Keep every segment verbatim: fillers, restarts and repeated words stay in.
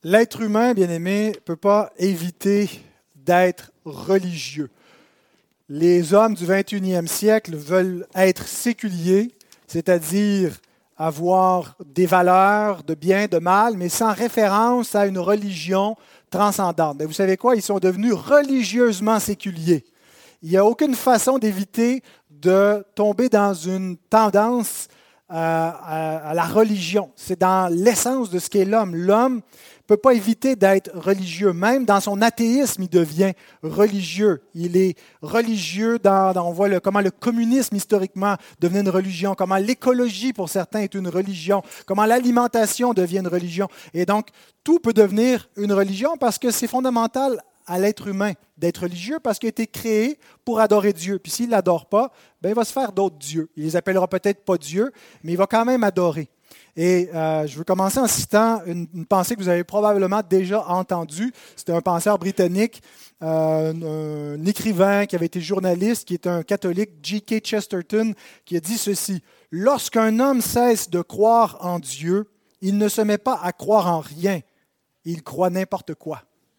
L'être humain, bien-aimé, ne peut pas éviter d'être religieux. Les hommes du vingt et unième siècle veulent être séculiers, c'est-à-dire avoir des valeurs de bien, de mal, mais sans référence à une religion transcendante. Mais vous savez quoi? Ils sont devenus religieusement séculiers. Il n'y a aucune façon d'éviter de tomber dans une tendance à, à, à la religion. C'est dans l'essence de ce qu'est l'homme. L'homme ne peut pas éviter d'être religieux. Même dans son athéisme, il devient religieux. Il est religieux dans, dans on voit le, comment le communisme historiquement devenait une religion, comment l'écologie pour certains est une religion, comment l'alimentation devient une religion. Et donc, tout peut devenir une religion parce que c'est fondamental à l'être humain d'être religieux parce qu'il a été créé pour adorer Dieu. Puis s'il ne l'adore pas, ben, il va se faire d'autres dieux. Il les appellera peut-être pas Dieu, mais il va quand même adorer. Et euh, je veux commencer en citant une, une pensée que vous avez probablement déjà entendue. C'était un penseur britannique, euh, un, un écrivain qui avait été journaliste, qui est un catholique, G K Chesterton, qui a dit ceci: « Lorsqu'un homme cesse de croire en Dieu, il ne se met pas à croire en rien, il croit n'importe quoi. »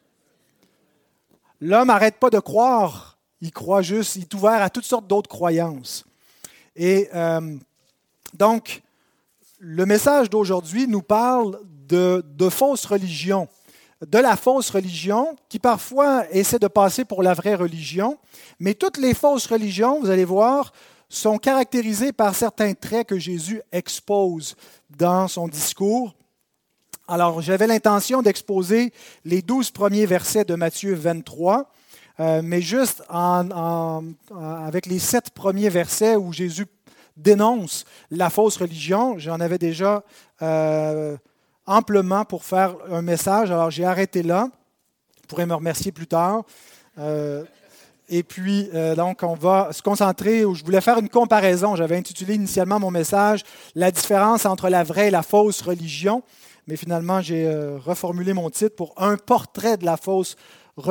L'homme n'arrête pas de croire, il croit juste, il est ouvert à toutes sortes d'autres croyances. Et euh, donc, le message d'aujourd'hui nous parle de, de fausses religions, de la fausse religion qui parfois essaie de passer pour la vraie religion, mais toutes les fausses religions, vous allez voir, sont caractérisées par certains traits que Jésus expose dans son discours. Alors, j'avais l'intention d'exposer les douze premiers versets de Matthieu vingt-trois, euh, mais juste en, en, avec les sept premiers versets où Jésus dénonce la fausse religion. J'en avais déjà euh, amplement pour faire un message, alors j'ai arrêté là. Vous pourrez me remercier plus tard. Euh, et puis, euh, donc, on va se concentrer, où je voulais faire une comparaison. J'avais intitulé initialement mon message « La différence entre la vraie et la fausse religion ». Mais finalement, j'ai euh, reformulé mon titre pour « Un portrait de la fausse religion ».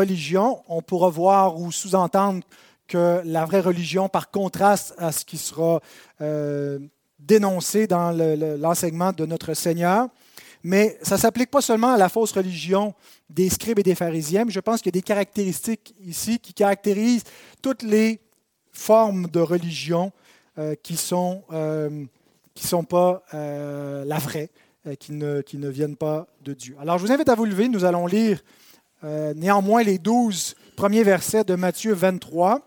On pourra voir ou sous-entendre que la vraie religion, par contraste à ce qui sera euh, dénoncé dans le, le, l'enseignement de notre Seigneur. Mais ça ne s'applique pas seulement à la fausse religion des scribes et des pharisiens, mais je pense qu'il y a des caractéristiques ici qui caractérisent toutes les formes de religion euh, qui ne sont, euh, qui sont pas euh, la vraie, euh, qui, ne, qui ne viennent pas de Dieu. Alors, je vous invite à vous lever. Nous allons lire euh, néanmoins les douze premiers versets de Matthieu vingt-trois.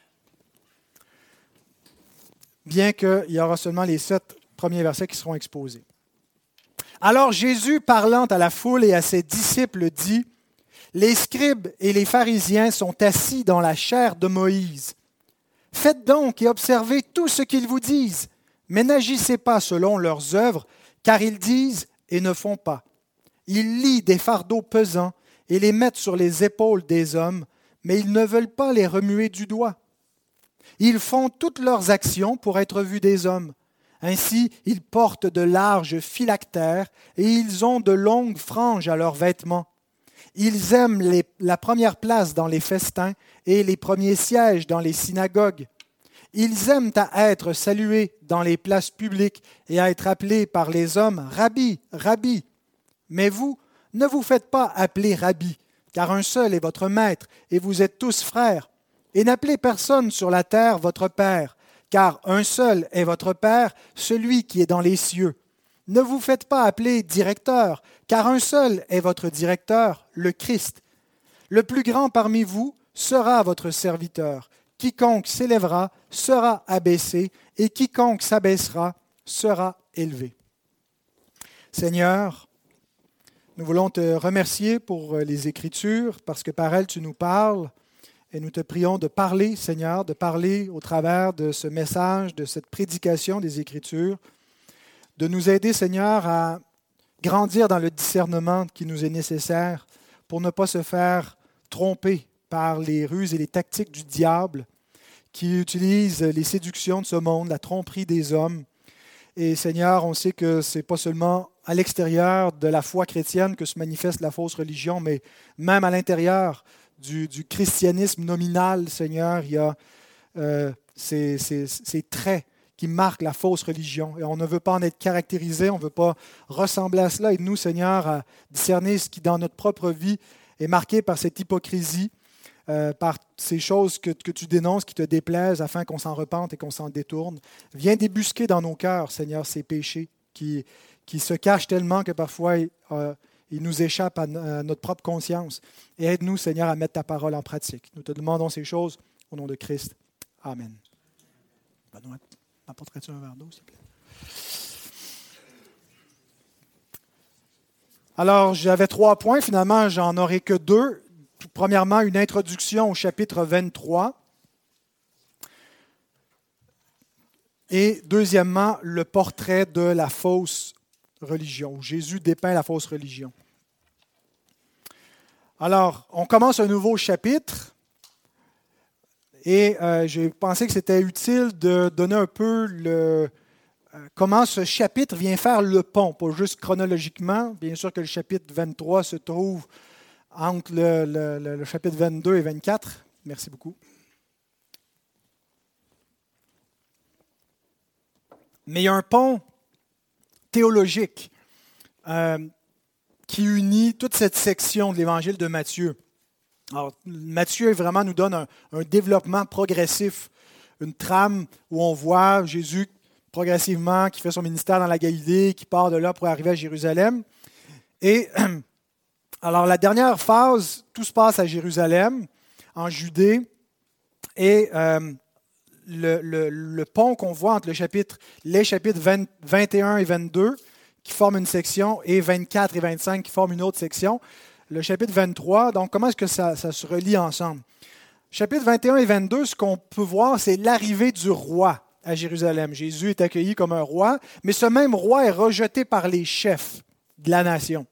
Bien qu'il y aura seulement les sept premiers versets qui seront exposés. Alors Jésus, parlant à la foule et à ses disciples, dit : « Les scribes et les pharisiens sont assis dans la chaire de Moïse. Faites donc et observez tout ce qu'ils vous disent, mais n'agissez pas selon leurs œuvres, car ils disent et ne font pas. Ils lient des fardeaux pesants et les mettent sur les épaules des hommes, mais ils ne veulent pas les remuer du doigt. Ils font toutes leurs actions pour être vus des hommes. Ainsi, ils portent de larges phylactères et ils ont de longues franges à leurs vêtements. Ils aiment les, la première place dans les festins et les premiers sièges dans les synagogues. Ils aiment à être salués dans les places publiques et à être appelés par les hommes « Rabbi, Rabbi ». Mais vous, ne vous faites pas appeler Rabbi, car un seul est votre maître et vous êtes tous frères. Et n'appelez personne sur la terre votre Père, car un seul est votre Père, celui qui est dans les cieux. Ne vous faites pas appeler directeur, car un seul est votre directeur, le Christ. Le plus grand parmi vous sera votre serviteur. Quiconque s'élèvera sera abaissé, et quiconque s'abaissera sera élevé. Seigneur, nous voulons te remercier pour les Écritures, parce que par elles tu nous parles. Et nous te prions de parler, Seigneur, de parler au travers de ce message, de cette prédication des Écritures, de nous aider, Seigneur, à grandir dans le discernement qui nous est nécessaire pour ne pas se faire tromper par les ruses et les tactiques du diable qui utilise les séductions de ce monde, la tromperie des hommes. Et Seigneur, on sait que ce n'est pas seulement à l'extérieur de la foi chrétienne que se manifeste la fausse religion, mais même à l'intérieur Du, du christianisme nominal, Seigneur, il y a euh, ces, ces, ces traits qui marquent la fausse religion. Et on ne veut pas en être caractérisé, on ne veut pas ressembler à cela. Aide-nous, Seigneur, à discerner ce qui, dans notre propre vie, est marqué par cette hypocrisie, euh, par ces choses que, que tu dénonces, qui te déplaisent, afin qu'on s'en repente et qu'on s'en détourne. Viens débusquer dans nos cœurs, Seigneur, ces péchés qui, qui se cachent tellement que parfois euh, ils nous échappent à, à notre propre conscience. Et aide-nous, Seigneur, à mettre ta parole en pratique. Nous te demandons ces choses au nom de Christ. Amen. Benoît, apporterais-tu un verre d'eau, s'il te plaît? Alors, j'avais trois points. Finalement, j'en aurai que deux. Premièrement, une introduction au chapitre vingt-trois. Et deuxièmement, le portrait de la fausse religion, où Jésus dépeint la fausse religion. Alors, on commence un nouveau chapitre et euh, j'ai pensé que c'était utile de donner un peu le, euh, comment ce chapitre vient faire le pont, pas juste chronologiquement. Bien sûr que le chapitre vingt-trois se trouve entre le, le, le, le chapitre vingt-deux et vingt-quatre. Merci beaucoup. Mais il y a un pont théologique euh, qui unit toute cette section de l'Évangile de Matthieu. Alors, Matthieu vraiment nous donne un, un développement progressif, une trame où on voit Jésus progressivement qui fait son ministère dans la Galilée, qui part de là pour arriver à Jérusalem. Et alors, la dernière phase, tout se passe à Jérusalem, en Judée, et euh, Le, le, le pont qu'on voit entre le chapitre, les chapitres vingt, vingt et un et vingt-deux, qui forment une section, et vingt-quatre et vingt-cinq, qui forment une autre section. Le chapitre vingt-trois, donc comment est-ce que ça, ça se relie ensemble? Chapitre vingt et un et vingt-deux, ce qu'on peut voir, c'est l'arrivée du roi à Jérusalem. Jésus est accueilli comme un roi, mais ce même roi est rejeté par les chefs de la nation.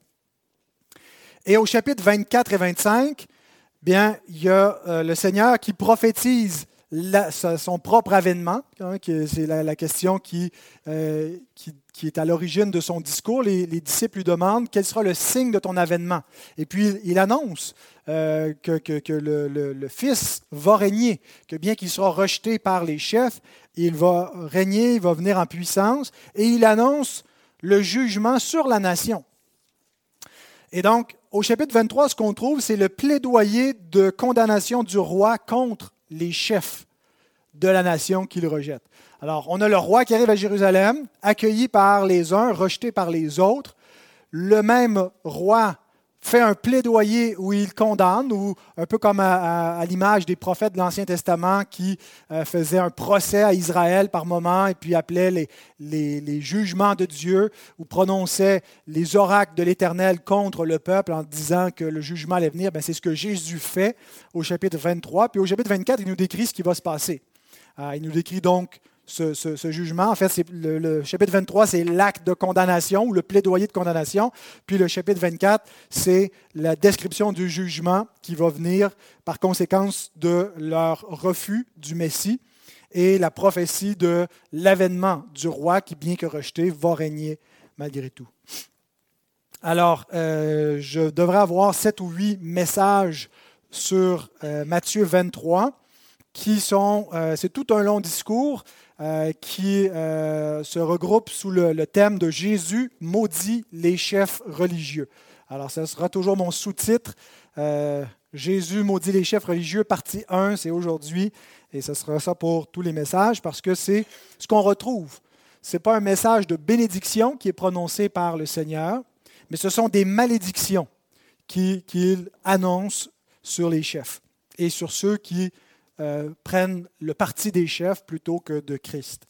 Et au chapitre vingt-quatre et vingt-cinq, bien, il y a euh, le Seigneur qui prophétise La, son propre avènement, hein, c'est la, la question qui, euh, qui, qui est à l'origine de son discours. Les, les disciples lui demandent quel sera le signe de ton avènement. Et puis il annonce euh, que, que, que le, le, le Fils va régner, que bien qu'il sera rejeté par les chefs, il va régner, il va venir en puissance, et il annonce le jugement sur la nation. Et donc, au chapitre vingt-trois, ce qu'on trouve, c'est le plaidoyer de condamnation du roi contre les chefs de la nation qu'il rejette. Alors, on a le roi qui arrive à Jérusalem, accueilli par les uns, rejeté par les autres. Le même roi fait un plaidoyer où il condamne, ou un peu comme à, à, à l'image des prophètes de l'Ancien Testament qui euh, faisaient un procès à Israël par moment et puis appelaient les, les, les jugements de Dieu ou prononçaient les oracles de l'Éternel contre le peuple en disant que le jugement allait venir. Bien, c'est ce que Jésus fait au chapitre vingt-trois. Puis au chapitre vingt-quatre, il nous décrit ce qui va se passer. Euh, il nous décrit donc Ce, ce, ce jugement. En fait, c'est le, le chapitre vingt-trois, c'est l'acte de condamnation ou le plaidoyer de condamnation. Puis le chapitre vingt-quatre, c'est la description du jugement qui va venir par conséquence de leur refus du Messie et la prophétie de l'avènement du roi qui, bien que rejeté, va régner malgré tout. Alors, euh, je devrais avoir sept ou huit messages sur euh, Matthieu vingt-trois qui sont, euh, c'est tout un long discours Euh, qui euh, se regroupe sous le, le thème de Jésus maudit les chefs religieux. Alors, ce sera toujours mon sous-titre. Euh, Jésus maudit les chefs religieux, partie un, c'est aujourd'hui. Et ce sera ça pour tous les messages, parce que c'est ce qu'on retrouve. Ce n'est pas un message de bénédiction qui est prononcé par le Seigneur, mais ce sont des malédictions qu'il qui annonce sur les chefs et sur ceux qui Euh, prennent le parti des chefs plutôt que de Christ.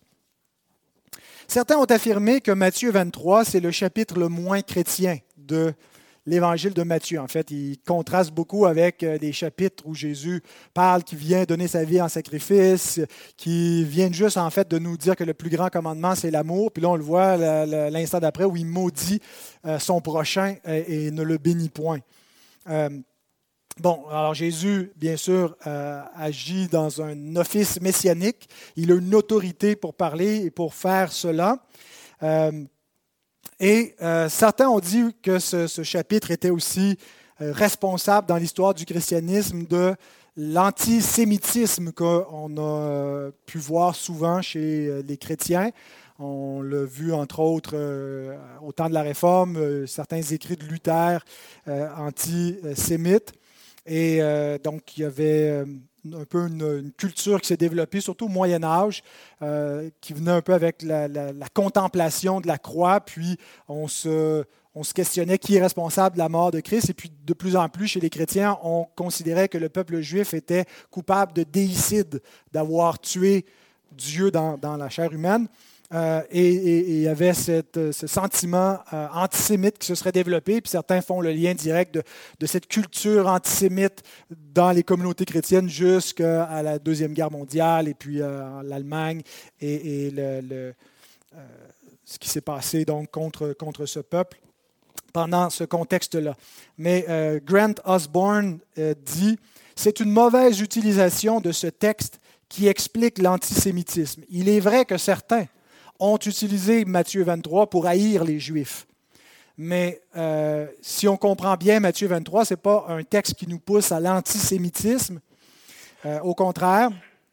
Certains ont affirmé que Matthieu vingt-trois, c'est le chapitre le moins chrétien de l'Évangile de Matthieu. En fait, il contraste beaucoup avec des chapitres où Jésus parle qu'il vient donner sa vie en sacrifice, qui viennent juste en fait de nous dire que le plus grand commandement, c'est l'amour. Puis là, on le voit l'instant d'après où il maudit son prochain et ne le bénit point. Euh, Bon, alors Jésus, bien sûr, euh, agit dans un office messianique. Il a une autorité pour parler et pour faire cela. Euh, et euh, certains ont dit que ce, ce chapitre était aussi euh, responsable dans l'histoire du christianisme de l'antisémitisme qu'on a euh, pu voir souvent chez euh, les chrétiens. On l'a vu, entre autres, euh, au temps de la Réforme, euh, certains écrits de Luther euh, antisémites. Et euh, donc, il y avait euh, un peu une, une culture qui s'est développée, surtout au Moyen Âge, euh, qui venait un peu avec la, la, la contemplation de la croix, puis on se, on se questionnait qui est responsable de la mort de Christ, et puis de plus en plus, chez les chrétiens, on considérait que le peuple juif était coupable de déicide, d'avoir tué Dieu dans, dans la chair humaine. Euh, et il y avait cette, ce sentiment euh, antisémite qui se serait développé, puis certains font le lien direct de, de cette culture antisémite dans les communautés chrétiennes jusqu'à la Deuxième Guerre mondiale, et puis euh, l'Allemagne, et, et le, le, euh, ce qui s'est passé donc contre, contre ce peuple pendant ce contexte-là. Mais euh, Grant Osborne euh, dit « C'est une mauvaise utilisation de ce texte qui explique l'antisémitisme. Il est vrai que certains ont utilisé Matthieu vingt-trois pour haïr les Juifs. Mais euh, si on comprend bien Matthieu vingt-trois, ce n'est pas un texte qui nous pousse à l'antisémitisme. Euh, au contraire,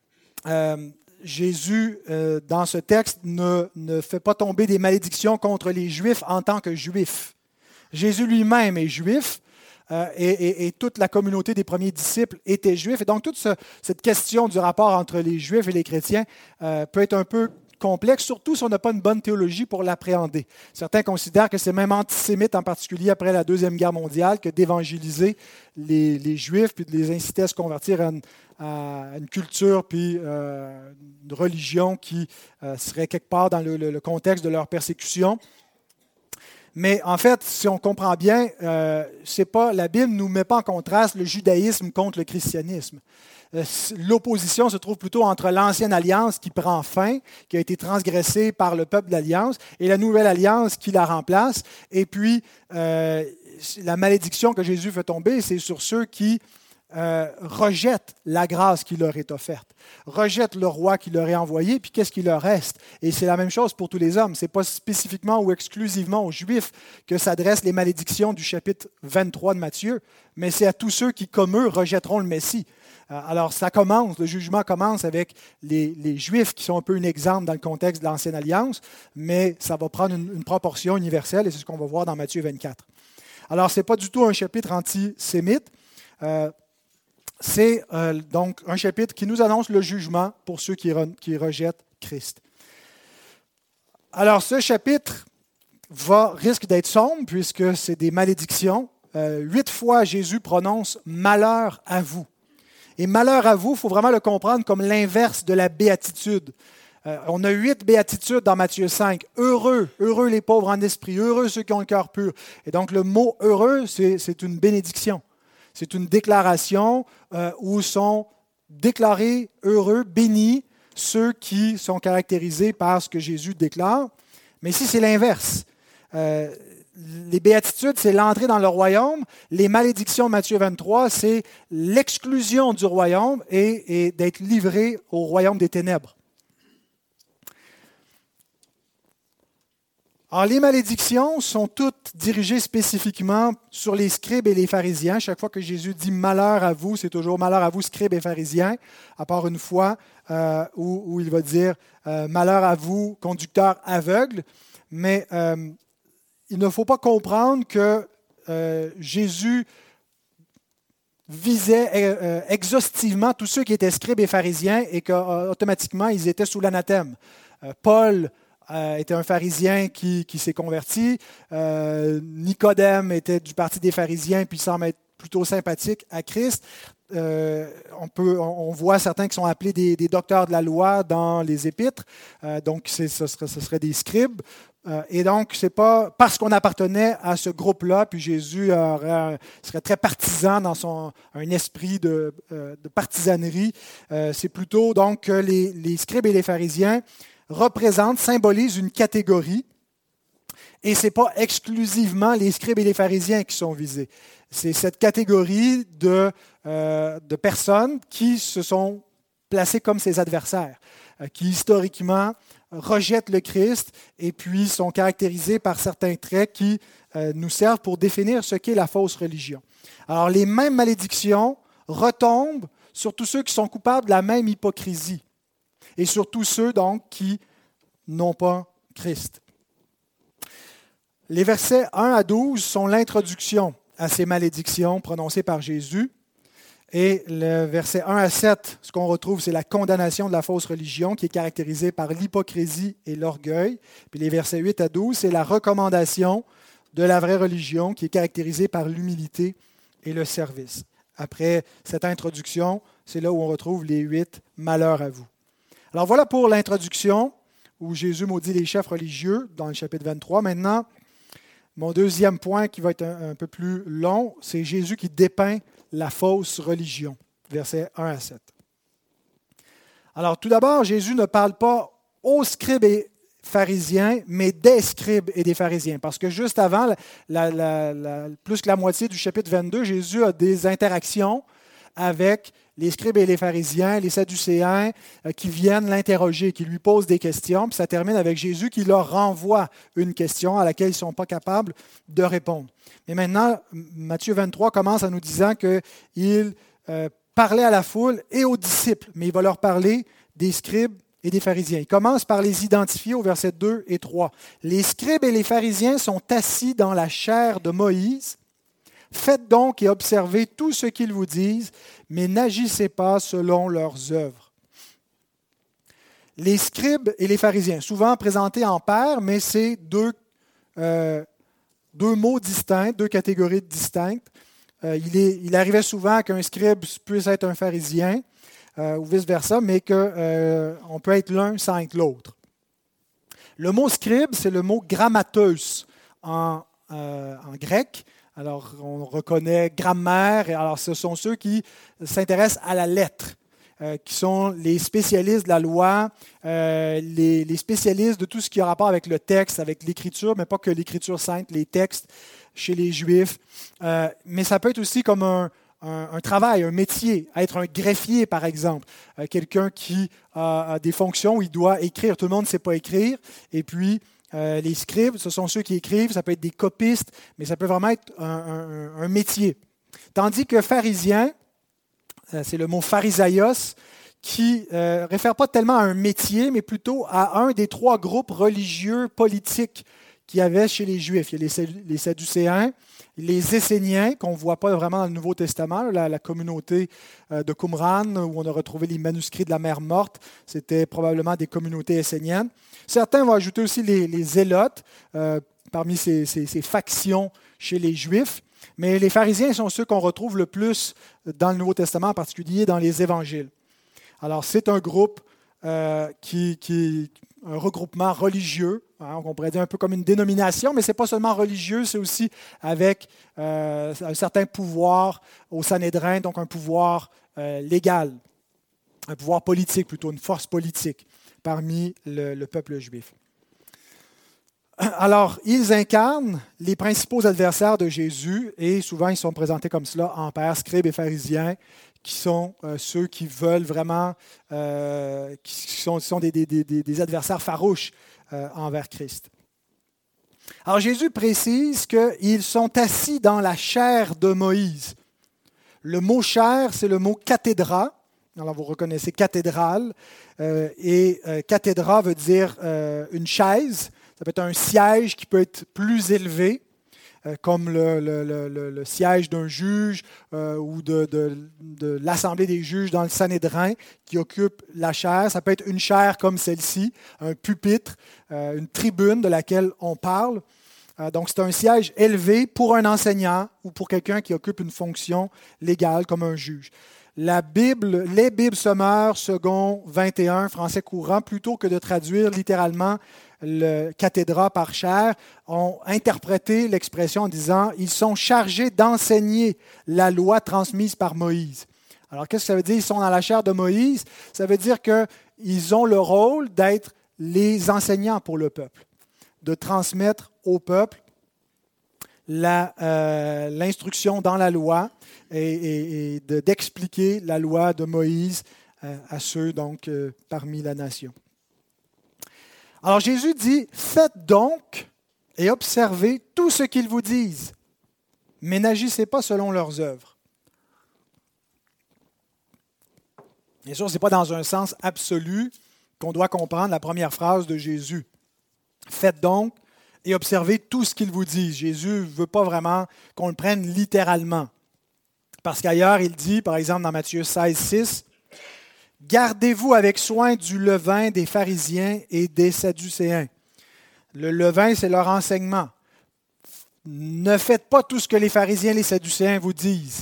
euh, Jésus, euh, dans ce texte, ne, ne fait pas tomber des malédictions contre les Juifs en tant que Juifs. Jésus lui-même est juif. Euh, et, et, et toute la communauté des premiers disciples était juifs. Et donc, toute ce, cette question du rapport entre les Juifs et les chrétiens euh, peut être un peu complexe, surtout si on n'a pas une bonne théologie pour l'appréhender. Certains considèrent que c'est même antisémite, en particulier après la Deuxième Guerre mondiale, que d'évangéliser les, les Juifs puis de les inciter à se convertir à une, à une culture puis euh, une religion qui euh, serait quelque part dans le, le, le contexte de leur persécution. Mais en fait, si on comprend bien, euh, c'est pas, la Bible ne nous met pas en contraste le judaïsme contre le christianisme. Euh, l'opposition se trouve plutôt entre l'ancienne alliance qui prend fin, qui a été transgressée par le peuple d'alliance, et la nouvelle alliance qui la remplace. Et puis, euh, la malédiction que Jésus fait tomber, c'est sur ceux qui euh, rejettent la grâce qui leur est offerte, rejettent le roi qui leur est envoyé, puis qu'est-ce qui leur reste? Et c'est la même chose pour tous les hommes. Ce n'est pas spécifiquement ou exclusivement aux Juifs que s'adressent les malédictions du chapitre vingt-trois de Matthieu, mais c'est à tous ceux qui, comme eux, rejetteront le Messie. Alors, ça commence, le jugement commence avec les, les Juifs qui sont un peu un exemple dans le contexte de l'Ancienne Alliance, mais ça va prendre une, une proportion universelle et c'est ce qu'on va voir dans Matthieu vingt-quatre. Alors, ce n'est pas du tout un chapitre antisémite. Euh, C'est euh, donc un chapitre qui nous annonce le jugement pour ceux qui, re, qui rejettent Christ. Alors, ce chapitre va, risque d'être sombre puisque c'est des malédictions. Euh, huit fois, Jésus prononce « malheur à vous ». Et « malheur à vous », il faut vraiment le comprendre comme l'inverse de la béatitude. Euh, on a huit béatitudes dans Matthieu cinq. « Heureux, heureux les pauvres en esprit, heureux ceux qui ont le cœur pur ». Et donc, le mot « heureux », c'est, c'est une bénédiction. C'est une déclaration euh, où sont déclarés heureux, bénis, ceux qui sont caractérisés par ce que Jésus déclare. Mais ici, c'est l'inverse. Euh, les béatitudes, c'est l'entrée dans le royaume. Les malédictions de Matthieu vingt-trois, c'est l'exclusion du royaume et, et d'être livré au royaume des ténèbres. Alors, les malédictions sont toutes dirigées spécifiquement sur les scribes et les pharisiens. Chaque fois que Jésus dit « malheur à vous », c'est toujours « malheur à vous, scribes et pharisiens », à part une fois euh, où, où il va dire euh, « malheur à vous, conducteurs aveugles ». Mais euh, il ne faut pas comprendre que euh, Jésus visait euh, exhaustivement tous ceux qui étaient scribes et pharisiens et qu'automatiquement, ils étaient sous l'anathème. Euh, Paul Euh, était un pharisien qui, qui s'est converti. Euh, Nicodème était du parti des pharisiens, puis il semble être plutôt sympathique à Christ. Euh, on, peut, on voit certains qui sont appelés des, des docteurs de la loi dans les épîtres. Euh, donc, c'est, ce, serait, ce serait des scribes. Euh, et donc, ce n'est pas parce qu'on appartenait à ce groupe-là, puis Jésus aurait, serait très partisan dans son, un esprit de, euh, de partisanerie. Euh, c'est plutôt donc que les, les scribes et les pharisiens représentent, symbolisent une catégorie, et ce n'est pas exclusivement les scribes et les pharisiens qui sont visés. C'est cette catégorie de, euh, de personnes qui se sont placés comme ses adversaires, euh, qui historiquement rejettent le Christ et puis sont caractérisés par certains traits qui euh, nous servent pour définir ce qu'est la fausse religion. Alors, les mêmes malédictions retombent sur tous ceux qui sont coupables de la même hypocrisie et sur tous ceux, donc, qui n'ont pas Christ. Les versets un à douze sont l'introduction à ces malédictions prononcées par Jésus. Et le verset un à sept, ce qu'on retrouve, c'est la condamnation de la fausse religion qui est caractérisée par l'hypocrisie et l'orgueil. Puis les versets huit à douze, c'est la recommandation de la vraie religion qui est caractérisée par l'humilité et le service. Après cette introduction, c'est là où on retrouve les huit malheurs à vous. Alors voilà pour l'introduction où Jésus maudit les chefs religieux dans le chapitre vingt-trois. Maintenant, mon deuxième point qui va être un, un peu plus long, c'est Jésus qui dépeint la fausse religion, versets un à sept. Alors tout d'abord, Jésus ne parle pas aux scribes et pharisiens, mais des scribes et des pharisiens. Parce que juste avant, la, la, la, plus que la moitié du chapitre vingt-deux, Jésus a des interactions avec les scribes et les pharisiens, les sadducéens, euh, qui viennent l'interroger, qui lui posent des questions. Puis ça termine avec Jésus qui leur renvoie une question à laquelle ils ne sont pas capables de répondre. Mais maintenant, Matthieu vingt-trois commence en nous disant qu'il euh, parlait à la foule et aux disciples, mais il va leur parler des scribes et des pharisiens. Il commence par les identifier au verset deux et trois. Les scribes et les pharisiens sont assis dans la chaire de Moïse. Faites donc et observez tout ce qu'ils vous disent, mais n'agissez pas selon leurs œuvres. Les scribes et les pharisiens, souvent présentés en paires, mais c'est deux, euh, deux mots distincts, deux catégories distinctes. Euh, il, est, il arrivait souvent qu'un scribe puisse être un pharisien, euh, ou vice-versa, mais qu'on euh, peut être l'un sans être l'autre. Le mot scribe, c'est le mot grammateus en, euh, en grec. Alors, on reconnaît grammaire. Alors, ce sont ceux qui s'intéressent à la lettre, euh, qui sont les spécialistes de la loi, euh, les, les spécialistes de tout ce qui a rapport avec le texte, avec l'écriture, mais pas que l'écriture sainte, les textes chez les Juifs. Euh, mais ça peut être aussi comme un, un, un travail, un métier, être un greffier, par exemple. Euh, quelqu'un qui a, a des fonctions où il doit écrire. Tout le monde ne sait pas écrire. Et puis, Euh, les scribes, ce sont ceux qui écrivent, ça peut être des copistes, mais ça peut vraiment être un, un, un métier. Tandis que pharisien, euh, c'est le mot pharisaios, qui ne euh, réfère pas tellement à un métier, mais plutôt à un des trois groupes religieux politiques qu'il y avait chez les Juifs. Il y a les, les Sadducéens, les Esséniens, qu'on ne voit pas vraiment dans le Nouveau Testament, la, la communauté euh, de Qumran, où on a retrouvé les manuscrits de la mer morte, c'était probablement des communautés esséniennes. Certains vont ajouter aussi les, les zélotes euh, parmi ces, ces, ces factions chez les Juifs, mais les pharisiens sont ceux qu'on retrouve le plus dans le Nouveau Testament, en particulier dans les évangiles. Alors, c'est un groupe euh, qui, qui un regroupement religieux, hein, on pourrait dire un peu comme une dénomination, mais ce n'est pas seulement religieux, c'est aussi avec euh, un certain pouvoir au Sanhédrin, donc un pouvoir euh, légal, un pouvoir politique plutôt, une force politique parmi le, le peuple juif. Alors, ils incarnent les principaux adversaires de Jésus et souvent ils sont présentés comme cela en pairs, scribes et pharisiens, qui sont euh, ceux qui veulent vraiment, euh, qui sont, sont des, des, des, des adversaires farouches euh, envers Christ. Alors Jésus précise qu'ils sont assis dans la chaire de Moïse. Le mot chaire, c'est le mot cathédra. Alors vous reconnaissez cathédrale. Euh, et euh, cathédra veut dire euh, une chaise. Ça peut être un siège qui peut être plus élevé, euh, comme le, le, le, le siège d'un juge euh, ou de, de, de l'Assemblée des juges dans le Sanhédrin qui occupe la chaire. Ça peut être une chaire comme celle-ci, un pupitre, euh, une tribune de laquelle on parle. Euh, donc c'est un siège élevé pour un enseignant ou pour quelqu'un qui occupe une fonction légale comme un juge. La Bible, les Bibles Sommaires, second vingt et un, français courant, plutôt que de traduire littéralement le cathédra par chaire, ont interprété l'expression en disant « ils sont chargés d'enseigner la loi transmise par Moïse ». Alors, qu'est-ce que ça veut dire? Ils sont dans la chaire de Moïse. Ça veut dire qu'ils ont le rôle d'être les enseignants pour le peuple, de transmettre au peuple la, euh, l'instruction dans la loi et, et, et de, d'expliquer la loi de Moïse à ceux donc euh, parmi la nation. Alors Jésus dit, faites donc et observez tout ce qu'ils vous disent, mais n'agissez pas selon leurs œuvres. Bien sûr, ce n'est pas dans un sens absolu qu'on doit comprendre la première phrase de Jésus. Faites donc et observez tout ce qu'ils vous disent. Jésus ne veut pas vraiment qu'on le prenne littéralement. Parce qu'ailleurs, il dit, par exemple dans Matthieu seize, six, « Gardez-vous avec soin du levain des pharisiens et des sadducéens. » Le levain, c'est leur enseignement. Ne faites pas tout ce que les pharisiens et les sadducéens vous disent.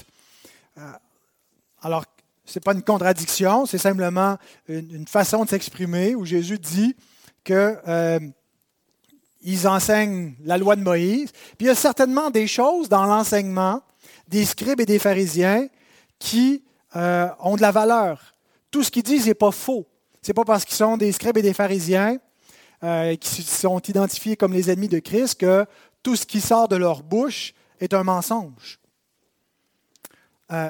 Alors, ce n'est pas une contradiction, c'est simplement une, une façon de s'exprimer où Jésus dit que euh, ils enseignent la loi de Moïse. Puis il y a certainement des choses dans l'enseignement des scribes et des pharisiens qui euh, ont de la valeur. Tout ce qu'ils disent n'est pas faux. Ce n'est pas parce qu'ils sont des scribes et des pharisiens euh, qui sont identifiés comme les ennemis de Christ que tout ce qui sort de leur bouche est un mensonge. Euh,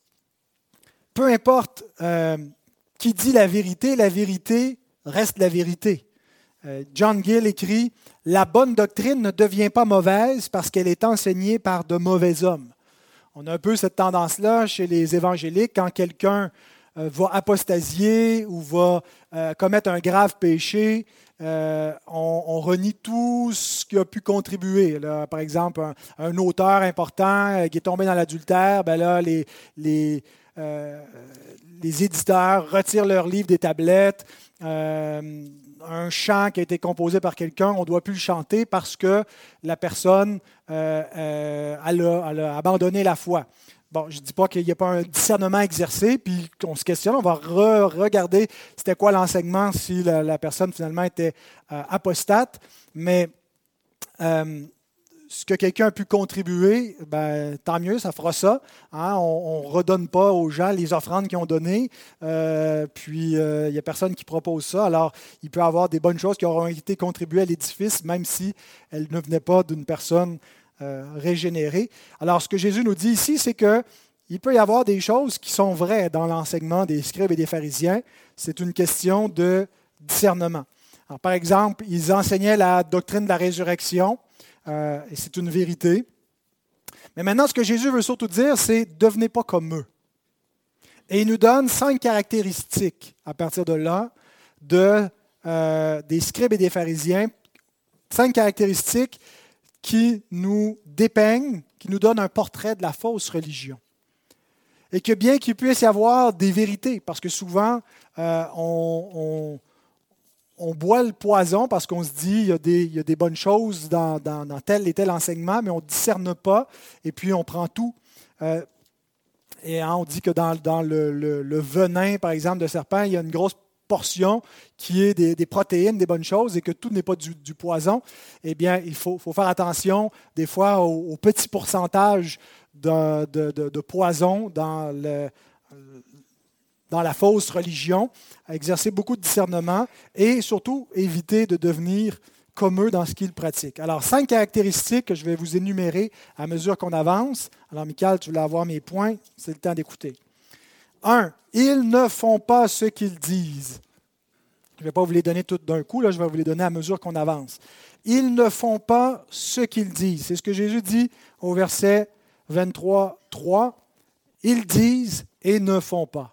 peu importe euh, qui dit la vérité, la vérité reste la vérité. Euh, John Gill écrit « La bonne doctrine ne devient pas mauvaise parce qu'elle est enseignée par de mauvais hommes. » On a un peu cette tendance-là chez les évangéliques, quand quelqu'un euh, va apostasier ou va euh, commettre un grave péché, euh, on, on renie tout ce qui a pu contribuer. Là, par exemple, un, un auteur important euh, qui est tombé dans l'adultère, ben là, les, les, euh, les éditeurs retirent leur livre des tablettes. Euh, un chant qui a été composé par quelqu'un, on ne doit plus le chanter parce que la personne euh, euh, elle a, elle a abandonné la foi. Bon, je ne dis pas qu'il n'y a pas un discernement exercé, puis qu'on se questionne, on va re- regarder c'était quoi l'enseignement si la, la personne finalement était euh, apostate, mais euh, ce que quelqu'un a pu contribuer, ben, tant mieux, ça fera ça. Hein? On ne redonne pas aux gens les offrandes qu'ils ont données, euh, puis il euh, n'y a personne qui propose ça. Alors, il peut y avoir des bonnes choses qui auront été contribuées à l'édifice, même si elles ne venaient pas d'une personne euh, régénérée. Alors, ce que Jésus nous dit ici, c'est qu'il peut y avoir des choses qui sont vraies dans l'enseignement des scribes et des pharisiens. C'est une question de discernement. Alors, par exemple, ils enseignaient la doctrine de la résurrection. Euh, et c'est une vérité. Mais maintenant, ce que Jésus veut surtout dire, c'est « devenez pas comme eux ». Et il nous donne cinq caractéristiques à partir de là de, euh, des scribes et des pharisiens. Cinq caractéristiques qui nous dépeignent, qui nous donnent un portrait de la fausse religion. Et que bien qu'il puisse y avoir des vérités, parce que souvent, euh, on... on On boit le poison parce qu'on se dit qu'il y a des, il y a des bonnes choses dans, dans, dans tel et tel enseignement, mais on ne discerne pas et puis on prend tout. Euh, et hein, on dit que dans, dans le, le, le venin, par exemple, de serpent, il y a une grosse portion qui est des, des protéines, des bonnes choses, et que tout n'est pas du, du poison. Eh bien, il faut, faut faire attention des fois au, au petit pourcentage de, de, de, de poison dans le... dans la fausse religion, à exercer beaucoup de discernement et surtout éviter de devenir comme eux dans ce qu'ils pratiquent. Alors, cinq caractéristiques que je vais vous énumérer à mesure qu'on avance. Alors, Michael, tu voulais avoir mes points, c'est le temps d'écouter. Un, ils ne font pas ce qu'ils disent. Je ne vais pas vous les donner toutes d'un coup, là, je vais vous les donner à mesure qu'on avance. Ils ne font pas ce qu'ils disent. C'est ce que Jésus dit au verset vingt-trois, trois. Ils disent et ne font pas.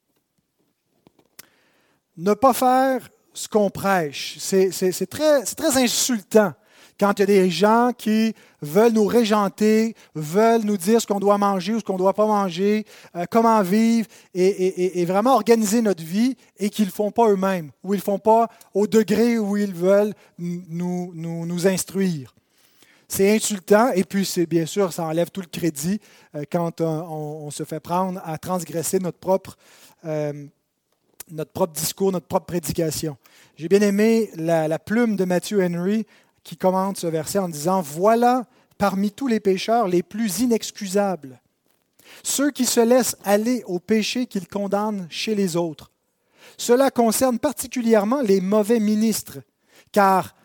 Ne pas faire ce qu'on prêche, c'est, c'est, c'est, très, c'est très insultant quand il y a des gens qui veulent nous régenter, veulent nous dire ce qu'on doit manger ou ce qu'on ne doit pas manger, euh, comment vivre, et, et, et vraiment organiser notre vie, et qu'ils ne le font pas eux-mêmes, ou ils ne le font pas au degré où ils veulent nous, nous, nous instruire. C'est insultant, et puis c'est bien sûr, ça enlève tout le crédit euh, quand on, on, on se fait prendre à transgresser notre propre euh, notre propre discours, notre propre prédication. J'ai bien aimé la, la plume de Matthew Henry qui commente ce verset en disant « Voilà parmi tous les pécheurs les plus inexcusables, ceux qui se laissent aller au péché qu'ils condamnent chez les autres. Cela concerne particulièrement les mauvais ministres, car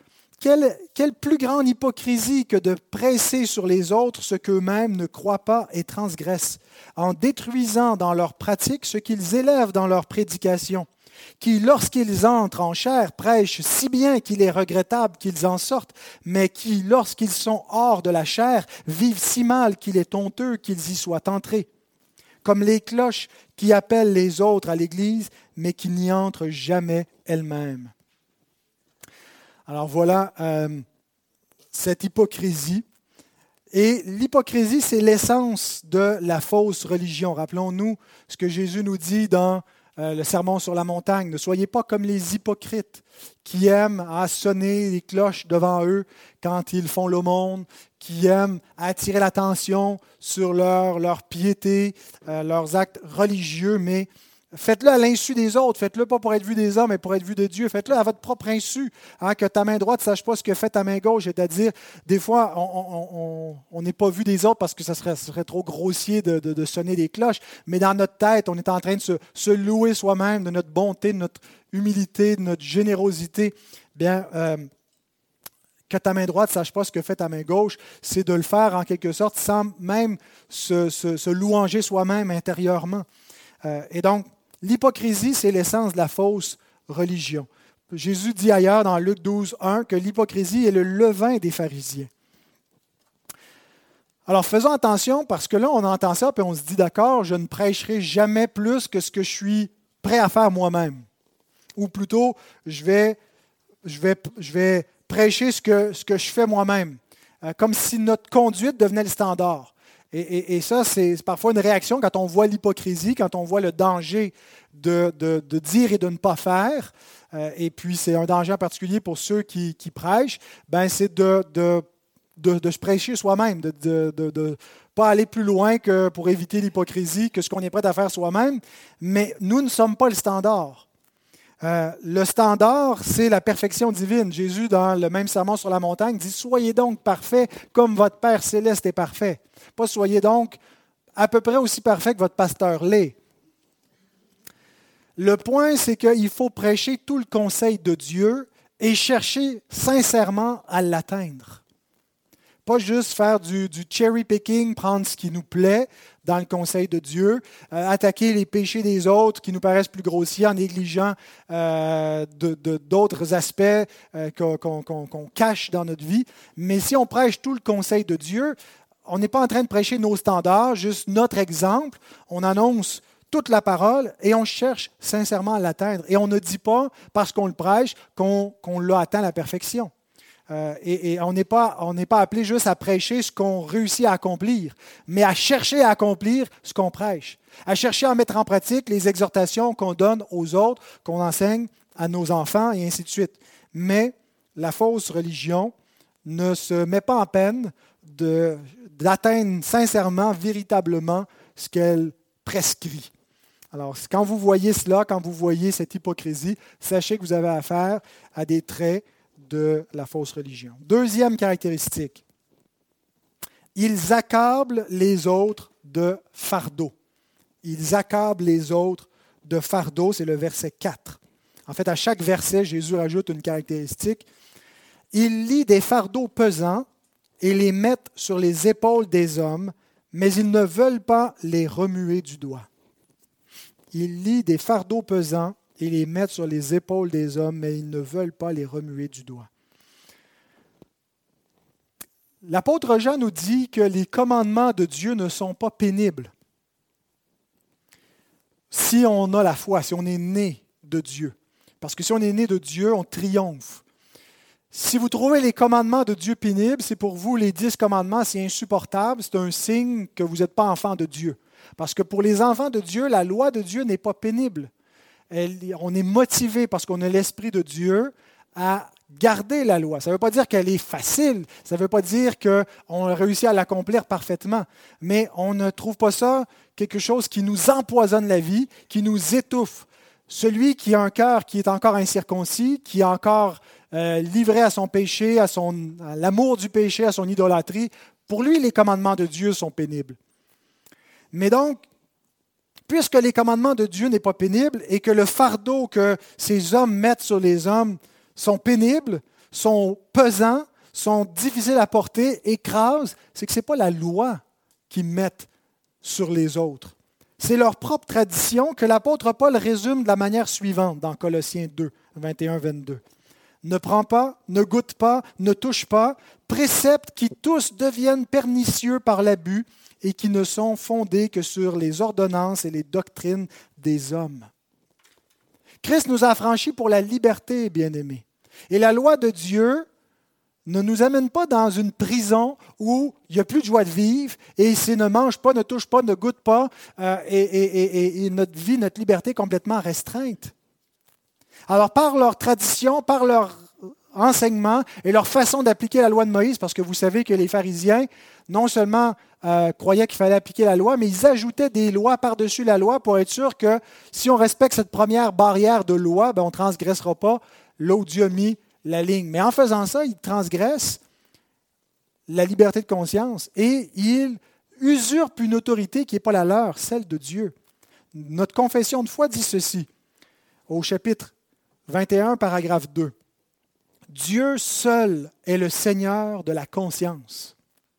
quelle, quelle plus grande hypocrisie que de presser sur les autres ce qu'eux-mêmes ne croient pas et transgressent, en détruisant dans leur pratique ce qu'ils élèvent dans leur prédication, qui, lorsqu'ils entrent en chair, prêchent si bien qu'il est regrettable qu'ils en sortent, mais qui, lorsqu'ils sont hors de la chair, vivent si mal qu'il est honteux qu'ils y soient entrés. Comme les cloches qui appellent les autres à l'Église, mais qui n'y entrent jamais elles-mêmes. Alors voilà euh, cette hypocrisie. Et l'hypocrisie, c'est l'essence de la fausse religion. Rappelons-nous ce que Jésus nous dit dans euh, le Sermon sur la montagne. Ne soyez pas comme les hypocrites qui aiment à sonner les cloches devant eux quand ils font l'aumône, qui aiment attirer l'attention sur leur, leur piété, euh, leurs actes religieux, mais faites-le à l'insu des autres. Faites-le pas pour être vu des hommes, mais pour être vu de Dieu. Faites-le à votre propre insu. Hein, que ta main droite ne sache pas ce que fait ta main gauche. C'est-à-dire, des fois, on n'est pas vu des autres parce que ça serait, ça serait trop grossier de, de, de sonner des cloches. Mais dans notre tête, on est en train de se, se louer soi-même de notre bonté, de notre humilité, de notre générosité. Bien, euh, que ta main droite ne sache pas ce que fait ta main gauche, c'est de le faire en quelque sorte sans même se, se, se louanger soi-même intérieurement. Euh, et donc, l'hypocrisie, c'est l'essence de la fausse religion. Jésus dit ailleurs dans Luc douze, un que l'hypocrisie est le levain des pharisiens. Alors faisons attention parce que là, on entend ça et on se dit, d'accord, je ne prêcherai jamais plus que ce que je suis prêt à faire moi-même. Ou plutôt, je vais, je vais, je vais prêcher ce que, ce que je fais moi-même. Euh, comme si notre conduite devenait le standard. Et, et, et ça, c'est parfois une réaction quand on voit l'hypocrisie, quand on voit le danger de, de, de dire et de ne pas faire. Euh, et puis, c'est un danger en particulier pour ceux qui, qui prêchent. Ben, c'est de, de, de, de se prêcher soi-même, de ne de, de, de pas aller plus loin que pour éviter l'hypocrisie, que ce qu'on est prêt à faire soi-même. Mais nous ne sommes pas le standard. Euh, le standard, c'est la perfection divine. Jésus, dans le même sermon sur la montagne, dit « Soyez donc parfaits comme votre Père céleste est parfait. » Pas « Soyez donc à peu près aussi parfait que votre pasteur l'est. » Le point, c'est qu'il faut prêcher tout le conseil de Dieu et chercher sincèrement à l'atteindre. Pas juste faire du, du cherry picking, prendre ce qui nous plaît dans le conseil de Dieu, euh, attaquer les péchés des autres qui nous paraissent plus grossiers en négligeant euh, de, de, d'autres aspects euh, qu'on, qu'on, qu'on cache dans notre vie. Mais si on prêche tout le conseil de Dieu, on n'est pas en train de prêcher nos standards, juste notre exemple. On annonce toute la parole et on cherche sincèrement à l'atteindre. Et on ne dit pas, parce qu'on le prêche, qu'on, qu'on l'a atteint à la perfection. Euh, et, et on n'est pas, on n'est pas appelé juste à prêcher ce qu'on réussit à accomplir, mais à chercher à accomplir ce qu'on prêche, à chercher à mettre en pratique les exhortations qu'on donne aux autres, qu'on enseigne à nos enfants et ainsi de suite. Mais la fausse religion ne se met pas en peine de, d'atteindre sincèrement, véritablement ce qu'elle prescrit. Alors, quand vous voyez cela, quand vous voyez cette hypocrisie, sachez que vous avez affaire à des traits de la fausse religion. Deuxième caractéristique, ils accablent les autres de fardeau. Ils accablent les autres de fardeau, c'est le verset quatre. En fait, à chaque verset, Jésus rajoute une caractéristique. Ils lient des fardeaux pesants et les mettent sur les épaules des hommes, mais ils ne veulent pas les remuer du doigt. Ils lient des fardeaux pesants et les mettent sur les épaules des hommes, mais ils ne veulent pas les remuer du doigt. L'apôtre Jean nous dit que les commandements de Dieu ne sont pas pénibles. Si on a la foi, si on est né de Dieu. Parce que si on est né de Dieu, on triomphe. Si vous trouvez les commandements de Dieu pénibles, c'est pour vous les dix commandements, c'est insupportable, c'est un signe que vous n'êtes pas enfant de Dieu. Parce que pour les enfants de Dieu, la loi de Dieu n'est pas pénible. Elle, on est motivé parce qu'on a l'Esprit de Dieu à garder la loi. Ça ne veut pas dire qu'elle est facile, ça ne veut pas dire qu'on a réussi à l'accomplir parfaitement, mais on ne trouve pas ça quelque chose qui nous empoisonne la vie, qui nous étouffe. Celui qui a un cœur qui est encore incirconcis, qui est encore euh, livré à son péché, à, son, à l'amour du péché, à son idolâtrie, pour lui, les commandements de Dieu sont pénibles. Mais donc, puisque les commandements de Dieu n'est pas pénible et que le fardeau que ces hommes mettent sur les hommes sont pénibles, sont pesants, sont difficiles à porter, écrasent, c'est que ce n'est pas la loi qu'ils mettent sur les autres. C'est leur propre tradition que l'apôtre Paul résume de la manière suivante dans Colossiens deux, vingt et un à vingt-deux. Ne prends pas, ne goûte pas, ne touche pas, préceptes qui tous deviennent pernicieux par l'abus et qui ne sont fondés que sur les ordonnances et les doctrines des hommes. Christ nous a affranchis pour la liberté, bien-aimés. Et la loi de Dieu ne nous amène pas dans une prison où il n'y a plus de joie de vivre et c'est ne mange pas, ne touche pas, ne goûte pas euh, et, et, et, et notre vie, notre liberté est complètement restreinte. Alors par leur tradition, par leur enseignement et leur façon d'appliquer la loi de Moïse, parce que vous savez que les pharisiens non seulement euh, croyaient qu'il fallait appliquer la loi, mais ils ajoutaient des lois par-dessus la loi pour être sûr que si on respecte cette première barrière de loi, ben on ne transgressera pas là où Dieu a mis la ligne. Mais en faisant ça, ils transgressent la liberté de conscience et ils usurpent une autorité qui n'est pas la leur, celle de Dieu. Notre confession de foi dit ceci, au chapitre vingt et un, paragraphe deux. Dieu seul est le Seigneur de la conscience,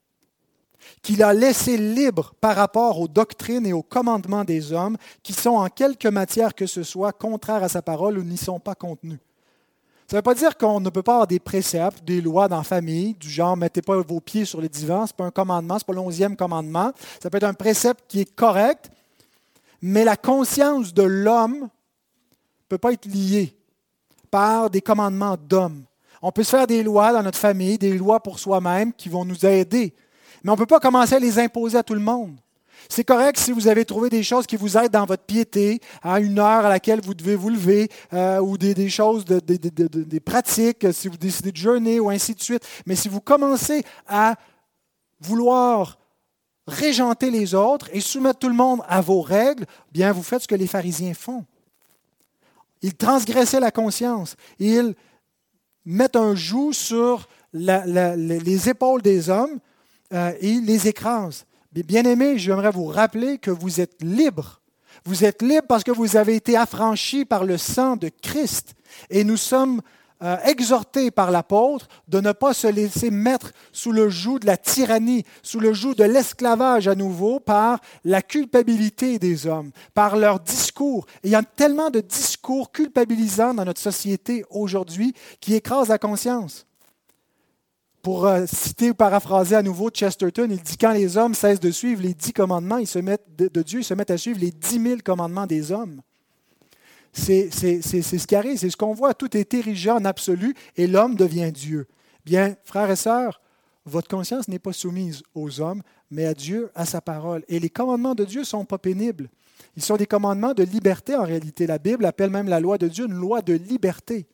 qu'il a laissé libre par rapport aux doctrines et aux commandements des hommes qui sont en quelque matière que ce soit contraires à sa parole ou n'y sont pas contenus. Ça ne veut pas dire qu'on ne peut pas avoir des préceptes, des lois dans la famille, du genre « mettez pas vos pieds sur les divans », ce n'est pas un commandement, ce n'est pas l'onzième commandement. Ça peut être un précepte qui est correct, mais la conscience de l'homme ne peut pas être liée par des commandements d'hommes. On peut se faire des lois dans notre famille, des lois pour soi-même qui vont nous aider, mais on ne peut pas commencer à les imposer à tout le monde. C'est correct si vous avez trouvé des choses qui vous aident dans votre piété, à une heure à laquelle vous devez vous lever, euh, ou des, des choses, de, de, de, de, des pratiques, si vous décidez de jeûner, ou ainsi de suite. Mais si vous commencez à vouloir régenter les autres et soumettre tout le monde à vos règles, bien vous faites ce que les pharisiens font. Ils transgressaient la conscience. Ils mettent un joug sur la, la, les épaules des hommes euh, et ils les écrasent. Bien-aimés, j'aimerais vous rappeler que vous êtes libres. Vous êtes libres parce que vous avez été affranchis par le sang de Christ. Et nous sommes euh, exhortés par l'apôtre de ne pas se laisser mettre sous le joug de la tyrannie, sous le joug de l'esclavage à nouveau par la culpabilité des hommes, par leurs discours. Et il y a tellement de discours culpabilisants dans notre société aujourd'hui qui écrasent la conscience. Pour euh, citer ou paraphraser à nouveau Chesterton, il dit « Quand les hommes cessent de suivre les dix commandements ils se mettent de, de Dieu, ils se mettent à suivre les dix mille commandements des hommes. » C'est, c'est, c'est, c'est ce qui arrive, c'est ce qu'on voit. Tout est érigé en absolu et l'homme devient Dieu. Bien, frères et sœurs, votre conscience n'est pas soumise aux hommes, mais à Dieu, à sa parole. Et les commandements de Dieu ne sont pas pénibles. Ils sont des commandements de liberté en réalité. La Bible appelle même la loi de Dieu une loi de liberté.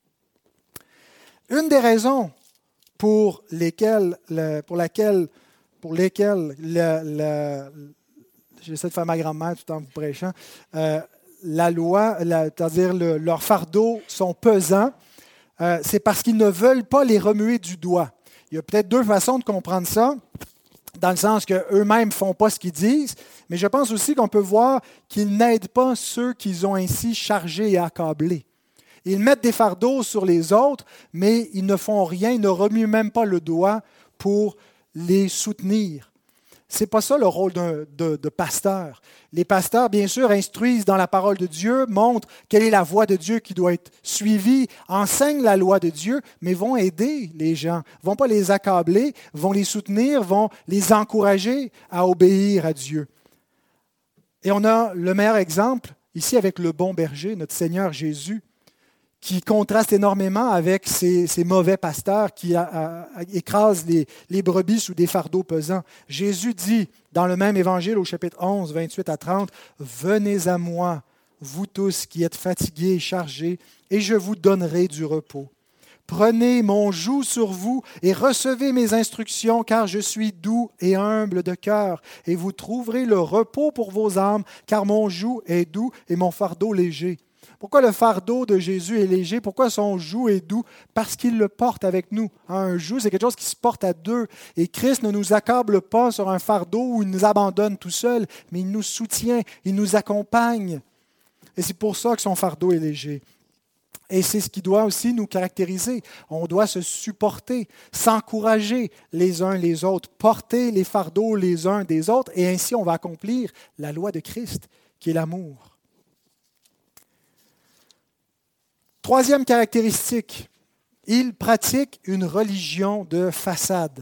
Une des raisons pour lesquels, le, pour laquelle, pour lesquels le, le, j'essaie de faire ma grand-mère tout en vous prêchant, euh, la loi, la, c'est-à-dire le, leurs fardeaux sont pesants, euh, c'est parce qu'ils ne veulent pas les remuer du doigt. Il y a peut-être deux façons de comprendre ça, dans le sens qu'eux-mêmes ne font pas ce qu'ils disent, mais je pense aussi qu'on peut voir qu'ils n'aident pas ceux qu'ils ont ainsi chargés et accablés. Ils mettent des fardeaux sur les autres, mais ils ne font rien, ils ne remuent même pas le doigt pour les soutenir. Ce n'est pas ça le rôle d'un, de, de pasteur. Les pasteurs, bien sûr, instruisent dans la parole de Dieu, montrent quelle est la voie de Dieu qui doit être suivie, enseignent la loi de Dieu, mais vont aider les gens, ne vont pas les accabler, vont les soutenir, vont les encourager à obéir à Dieu. Et on a le meilleur exemple ici avec le bon berger, notre Seigneur Jésus, qui contraste énormément avec ces, ces mauvais pasteurs qui a, a, écrasent les, les brebis sous des fardeaux pesants. Jésus dit dans le même évangile au chapitre onze, vingt-huit à trente, « Venez à moi, vous tous qui êtes fatigués et chargés, et je vous donnerai du repos. Prenez mon joug sur vous et recevez mes instructions, car je suis doux et humble de cœur, et vous trouverez le repos pour vos âmes, car mon joug est doux et mon fardeau léger. » Pourquoi le fardeau de Jésus est léger? Pourquoi son joug est doux? Parce qu'il le porte avec nous. Un joug, c'est quelque chose qui se porte à deux. Et Christ ne nous accable pas sur un fardeau où il nous abandonne tout seul, mais il nous soutient, il nous accompagne. Et c'est pour ça que son fardeau est léger. Et c'est ce qui doit aussi nous caractériser. On doit se supporter, s'encourager les uns les autres, porter les fardeaux les uns des autres, et ainsi on va accomplir la loi de Christ, qui est l'amour. Troisième caractéristique, il pratique une religion de façade.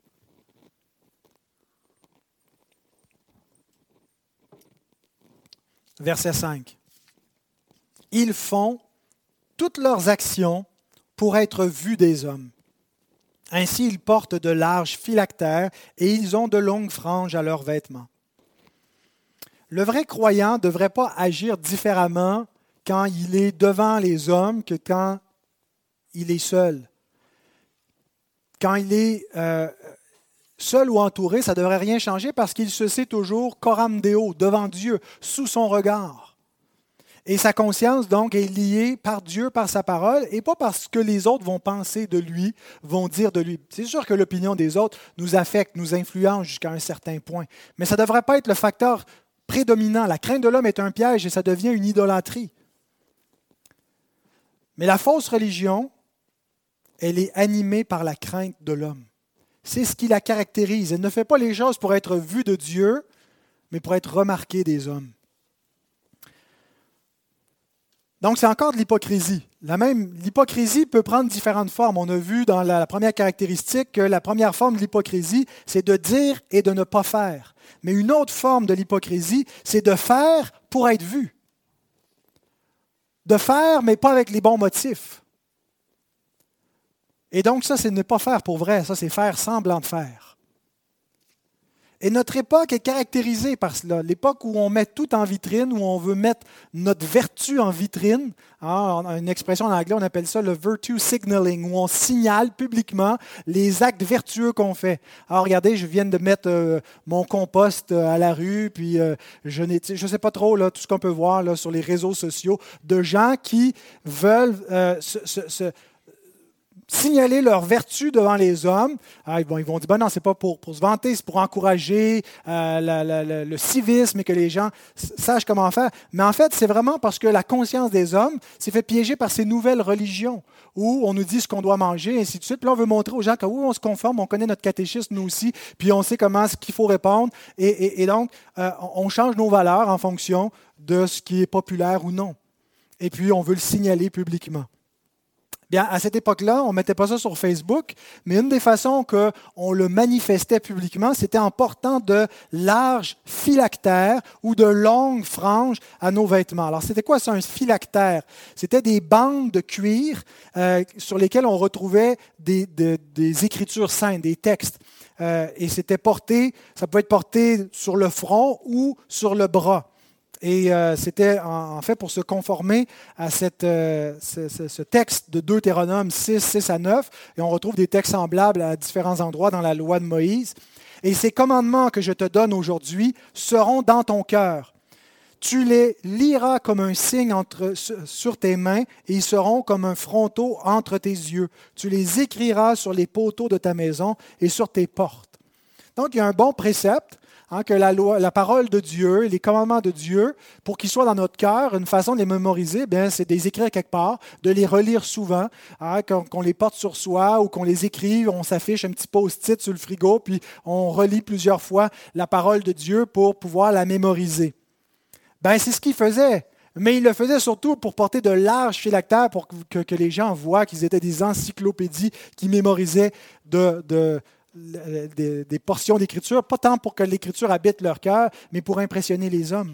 Verset cinq. Ils font toutes leurs actions pour être vus des hommes. Ainsi, ils portent de larges phylactères et ils ont de longues franges à leurs vêtements. Le vrai croyant ne devrait pas agir différemment quand il est devant les hommes que quand il est seul. Quand il est euh, seul ou entouré, ça ne devrait rien changer parce qu'il se sait toujours coram Deo, devant Dieu, sous son regard. Et sa conscience, donc, est liée par Dieu, par sa parole, et pas parce que les autres vont penser de lui, vont dire de lui. C'est sûr que l'opinion des autres nous affecte, nous influence jusqu'à un certain point, mais ça ne devrait pas être le facteur prédominant. La crainte de l'homme est un piège et ça devient une idolâtrie. Mais la fausse religion, elle est animée par la crainte de l'homme. C'est ce qui la caractérise. Elle ne fait pas les choses pour être vue de Dieu, mais pour être remarquée des hommes. Donc, c'est encore de l'hypocrisie. La même, l'hypocrisie peut prendre différentes formes. On a vu dans la première caractéristique que la première forme de l'hypocrisie, c'est de dire et de ne pas faire. Mais une autre forme de l'hypocrisie, c'est de faire pour être vu. De faire, mais pas avec les bons motifs. Et donc, ça, c'est ne pas faire pour vrai. Ça, c'est faire semblant de faire. Et notre époque est caractérisée par cela. L'époque où on met tout en vitrine, où on veut mettre notre vertu en vitrine. Hein, une expression en anglais, on appelle ça le virtue signaling, où on signale publiquement les actes vertueux qu'on fait. Alors regardez, je viens de mettre euh, mon compost à la rue, puis euh, je ne sais pas trop là, tout ce qu'on peut voir là, sur les réseaux sociaux, de gens qui veulent euh, se... se, se signaler leur vertu devant les hommes. Ah, bon, ils vont dire, ben non, ce n'est pas pour, pour se vanter, c'est pour encourager euh, la, la, la, le civisme et que les gens sachent comment faire. Mais en fait, c'est vraiment parce que la conscience des hommes s'est fait piéger par ces nouvelles religions où on nous dit ce qu'on doit manger, et ainsi de suite. Puis là, on veut montrer aux gens que oui, on se conforme, on connaît notre catéchisme, nous aussi, puis on sait comment ce qu'il faut répondre. Et, et, et donc, euh, on change nos valeurs en fonction de ce qui est populaire ou non. Et puis, on veut le signaler publiquement. Bien, à cette époque-là, on ne mettait pas ça sur Facebook, mais une des façons qu'on le manifestait publiquement, c'était en portant de larges phylactères ou de longues franges à nos vêtements. Alors, c'était quoi ça, un phylactère? C'était des bandes de cuir euh, sur lesquelles on retrouvait des, des, des écritures saintes, des textes. Euh, et c'était porté, ça pouvait être porté sur le front ou sur le bras. Et euh, c'était en, en fait pour se conformer à cette, euh, ce, ce, ce texte de Deutéronome six, six à neuf. Et on retrouve des textes semblables à différents endroits dans la loi de Moïse. Et ces commandements que je te donne aujourd'hui seront dans ton cœur. Tu les liras comme un signe entre, sur tes mains et ils seront comme un fronteau entre tes yeux. Tu les écriras sur les poteaux de ta maison et sur tes portes. Donc, il y a un bon précepte. Hein, que la, loi, la parole de Dieu, les commandements de Dieu, pour qu'ils soient dans notre cœur, une façon de les mémoriser, bien, c'est de les écrire quelque part, de les relire souvent, hein, qu'on, qu'on les porte sur soi ou qu'on les écrive, on s'affiche un petit post-it sur le frigo, puis on relit plusieurs fois la parole de Dieu pour pouvoir la mémoriser. Bien, c'est ce qu'il faisait. Mais il le faisait surtout pour porter de larges phylactères pour que, que les gens voient qu'ils étaient des encyclopédies qui mémorisaient de... de Des, des portions d'Écriture, pas tant pour que l'Écriture habite leur cœur, mais pour impressionner les hommes.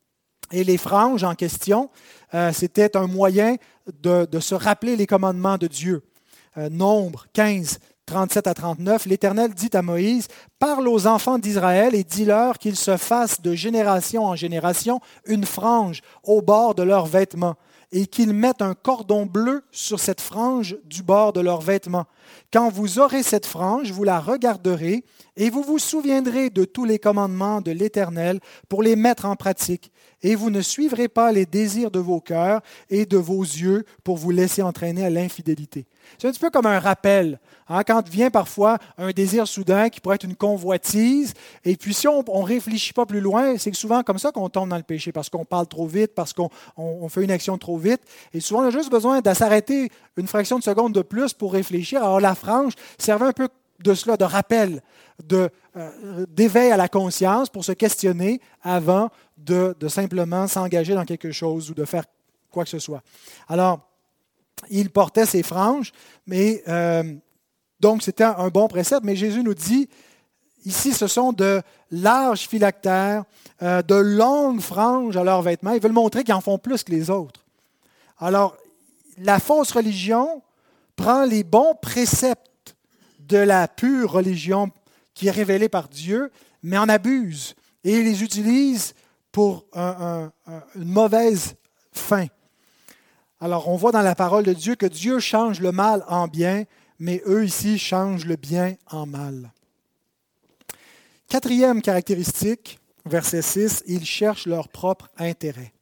Et les franges en question, euh, c'était un moyen de, de se rappeler les commandements de Dieu. Euh, Nombre quinze, trente-sept à trente-neuf, l'Éternel dit à Moïse, « Parle aux enfants d'Israël et dis-leur qu'ils se fassent de génération en génération une frange au bord de leurs vêtements. » et qu'ils mettent un cordon bleu sur cette frange du bord de leurs vêtements. Quand vous aurez cette frange, vous la regarderez Et vous vous souviendrez de tous les commandements de l'Éternel pour les mettre en pratique. Et vous ne suivrez pas les désirs de vos cœurs et de vos yeux pour vous laisser entraîner à l'infidélité. C'est un petit peu comme un rappel. Hein, quand vient parfois un désir soudain qui pourrait être une convoitise, et puis si on ne réfléchit pas plus loin, c'est souvent comme ça qu'on tombe dans le péché, parce qu'on parle trop vite, parce qu'on on, on fait une action trop vite. Et souvent, on a juste besoin de s'arrêter une fraction de seconde de plus pour réfléchir. Alors la frange servait un peu de cela, de rappel, de, euh, d'éveil à la conscience pour se questionner avant de, de simplement s'engager dans quelque chose ou de faire quoi que ce soit. Alors, il portait ses franges, mais euh, donc c'était un bon précepte, mais Jésus nous dit, ici ce sont de larges phylactères, euh, de longues franges à leurs vêtements. Ils veulent montrer qu'ils en font plus que les autres. Alors, la fausse religion prend les bons préceptes de la pure religion qui est révélée par Dieu, mais en abuse et les utilise pour un, un, une mauvaise fin. Alors, on voit dans la parole de Dieu que Dieu change le mal en bien, mais eux ici changent le bien en mal. Quatrième caractéristique, verset six, ils cherchent leur propre intérêt.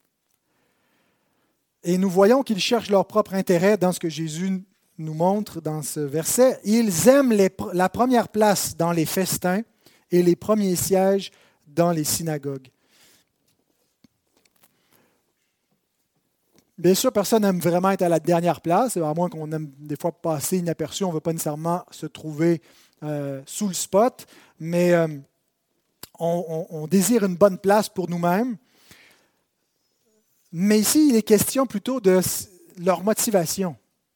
Et nous voyons qu'ils cherchent leur propre intérêt dans ce que Jésus nous montre dans ce verset. Ils aiment les, la première place dans les festins et les premiers sièges dans les synagogues. Bien sûr, personne n'aime vraiment être à la dernière place, à moins qu'on aime des fois passer inaperçu. On ne veut pas nécessairement se trouver euh, sous le spot, mais euh, on, on, on désire une bonne place pour nous-mêmes. Mais ici, il est question plutôt de leur motivation.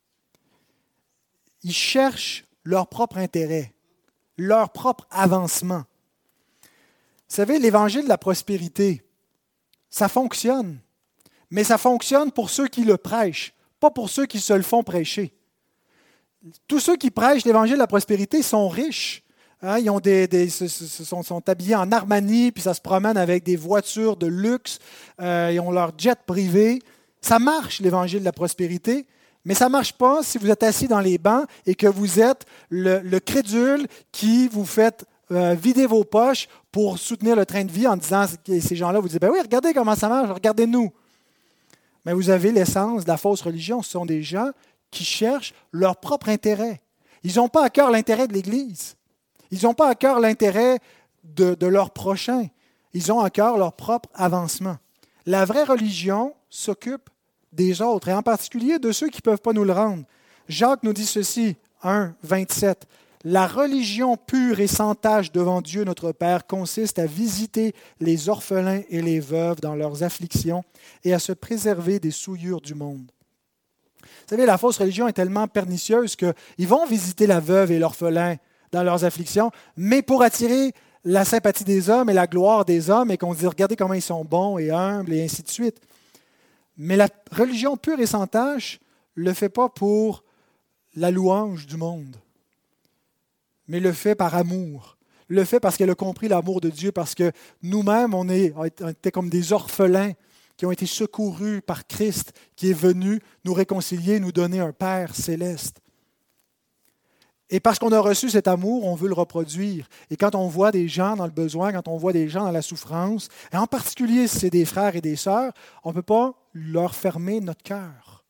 Ils cherchent leur propre intérêt, leur propre avancement. Vous savez, l'évangile de la prospérité, ça fonctionne. Mais ça fonctionne pour ceux qui le prêchent, pas pour ceux qui se le font prêcher. Tous ceux qui prêchent l'évangile de la prospérité sont riches. Hein, ils ont des, des, sont, sont habillés en Armani, puis ça se promène avec des voitures de luxe, euh, ils ont leur jet privé. Ça marche, l'évangile de la prospérité, mais ça ne marche pas si vous êtes assis dans les bancs et que vous êtes le, le crédule qui vous fait euh, vider vos poches pour soutenir le train de vie en disant, ces gens-là vous disent, ben oui, regardez comment ça marche, regardez-nous. Mais vous avez l'essence de la fausse religion. Ce sont des gens qui cherchent leur propre intérêt. Ils n'ont pas à cœur l'intérêt de l'Église. Ils n'ont pas à cœur l'intérêt de, de leur prochain. Ils ont à cœur leur propre avancement. La vraie religion s'occupe des autres, et en particulier de ceux qui ne peuvent pas nous le rendre. Jacques nous dit ceci, un, vingt-sept. La religion pure et sans tache devant Dieu notre Père consiste à visiter les orphelins et les veuves dans leurs afflictions et à se préserver des souillures du monde. Vous savez, la fausse religion est tellement pernicieuse qu'ils vont visiter la veuve et l'orphelin dans leurs afflictions, mais pour attirer la sympathie des hommes et la gloire des hommes et qu'on dise, regardez comment ils sont bons et humbles et ainsi de suite. Mais la religion pure et sans tache ne le fait pas pour la louange du monde, mais le fait par amour. Le fait parce qu'elle a compris l'amour de Dieu, parce que nous-mêmes, on, est, on était comme des orphelins qui ont été secourus par Christ, qui est venu nous réconcilier, nous donner un Père céleste. Et parce qu'on a reçu cet amour, on veut le reproduire. Et quand on voit des gens dans le besoin, quand on voit des gens dans la souffrance, et en particulier si c'est des frères et des sœurs, on ne peut pas leur fermer notre cœur.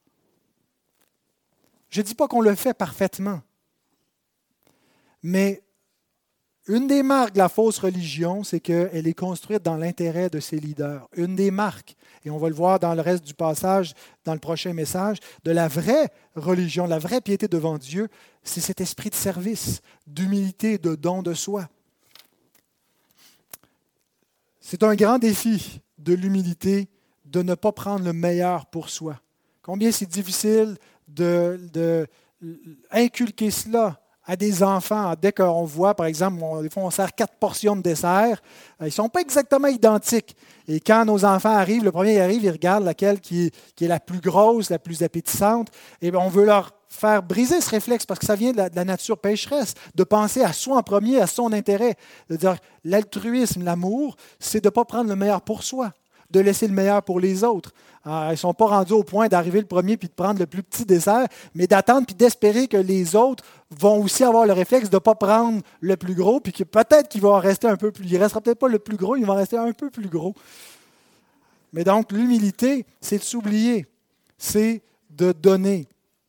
Je ne dis pas qu'on le fait parfaitement, mais une des marques de la fausse religion, c'est qu'elle est construite dans l'intérêt de ses leaders. Une des marques, et on va le voir dans le reste du passage, dans le prochain message, de la vraie religion, la vraie piété devant Dieu, c'est cet esprit de service, d'humilité, de don de soi. C'est un grand défi de l'humilité de ne pas prendre le meilleur pour soi. Combien c'est difficile de, de inculquer cela à des enfants. Dès qu'on voit, par exemple, on, des fois on sert quatre portions de dessert, ils ne sont pas exactement identiques. Et quand nos enfants arrivent, le premier arrive, ils regardent laquelle qui est, qui est la plus grosse, la plus appétissante, et bien on veut leur faire briser ce réflexe parce que ça vient de la, de la nature pécheresse, de penser à soi en premier, à son intérêt. De dire l'altruisme, l'amour, c'est de ne pas prendre le meilleur pour soi, de laisser le meilleur pour les autres. Alors, ils ne sont pas rendus au point d'arriver le premier puis de prendre le plus petit dessert, mais d'attendre puis d'espérer que les autres vont aussi avoir le réflexe de ne pas prendre le plus gros, puis que peut-être qu'il va en rester un peu plus. Il ne restera peut-être pas le plus gros, il va en rester un peu plus gros. Mais donc, l'humilité, c'est de s'oublier, c'est de donner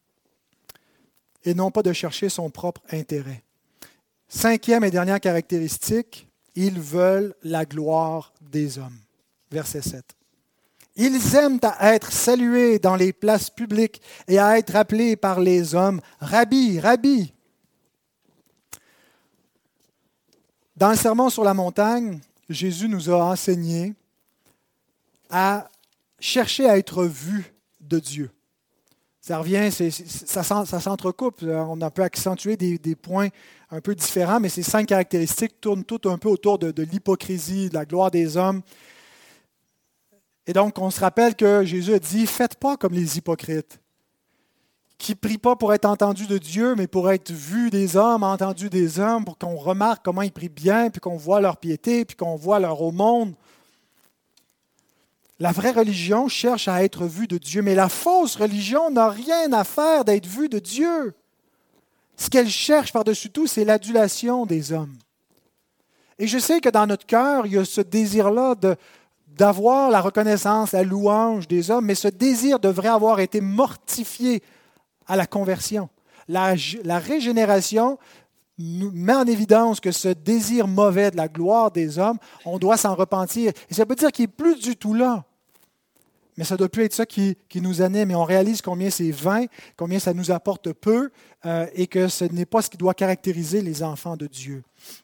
et non pas de chercher son propre intérêt. Cinquième et dernière caractéristique, ils veulent la gloire des hommes. Verset sept. Ils aiment à être salués dans les places publiques et à être appelés par les hommes « Rabbi, Rabbi ». Dans le Sermon sur la montagne, Jésus nous a enseigné à chercher à être vu de Dieu. Ça revient, c'est, ça, ça s'entrecoupe. On a un peu accentué des, des points un peu différents, mais ces cinq caractéristiques tournent toutes un peu autour de, de l'hypocrisie, de la gloire des hommes. Et donc, on se rappelle que Jésus a dit « Faites pas comme les hypocrites, qui ne prient pas pour être entendus de Dieu, mais pour être vus des hommes, entendus des hommes, pour qu'on remarque comment ils prient bien, puis qu'on voit leur piété, puis qu'on voit leur aumône. » La vraie religion cherche à être vue de Dieu, mais la fausse religion n'a rien à faire d'être vue de Dieu. Ce qu'elle cherche par-dessus tout, c'est l'adulation des hommes. Et je sais que dans notre cœur, il y a ce désir-là de, d'avoir la reconnaissance, la louange des hommes, mais ce désir devrait avoir été mortifié à la conversion. La, la régénération nous met en évidence que ce désir mauvais de la gloire des hommes, on doit s'en repentir. Et ça ne veut pas dire qu'il n'est plus du tout là. Mais ça ne doit plus être ça qui, qui nous anime. Et on réalise combien c'est vain, combien ça nous apporte peu, euh, et que ce n'est pas ce qui doit caractériser les enfants de Dieu.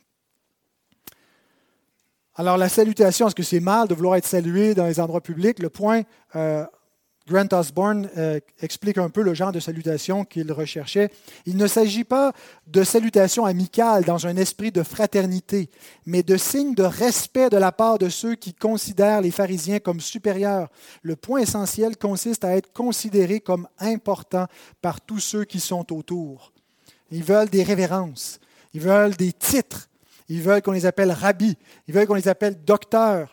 Alors la salutation, est-ce que c'est mal de vouloir être salué dans les endroits publics? Le point, euh, Grant Osborne euh, explique un peu le genre de salutation qu'il recherchait. Il ne s'agit pas de salutation amicale dans un esprit de fraternité, mais de signes de respect de la part de ceux qui considèrent les pharisiens comme supérieurs. Le point essentiel consiste à être considéré comme important par tous ceux qui sont autour. Ils veulent des révérences, ils veulent des titres, ils veulent qu'on les appelle rabbis, ils veulent qu'on les appelle docteurs.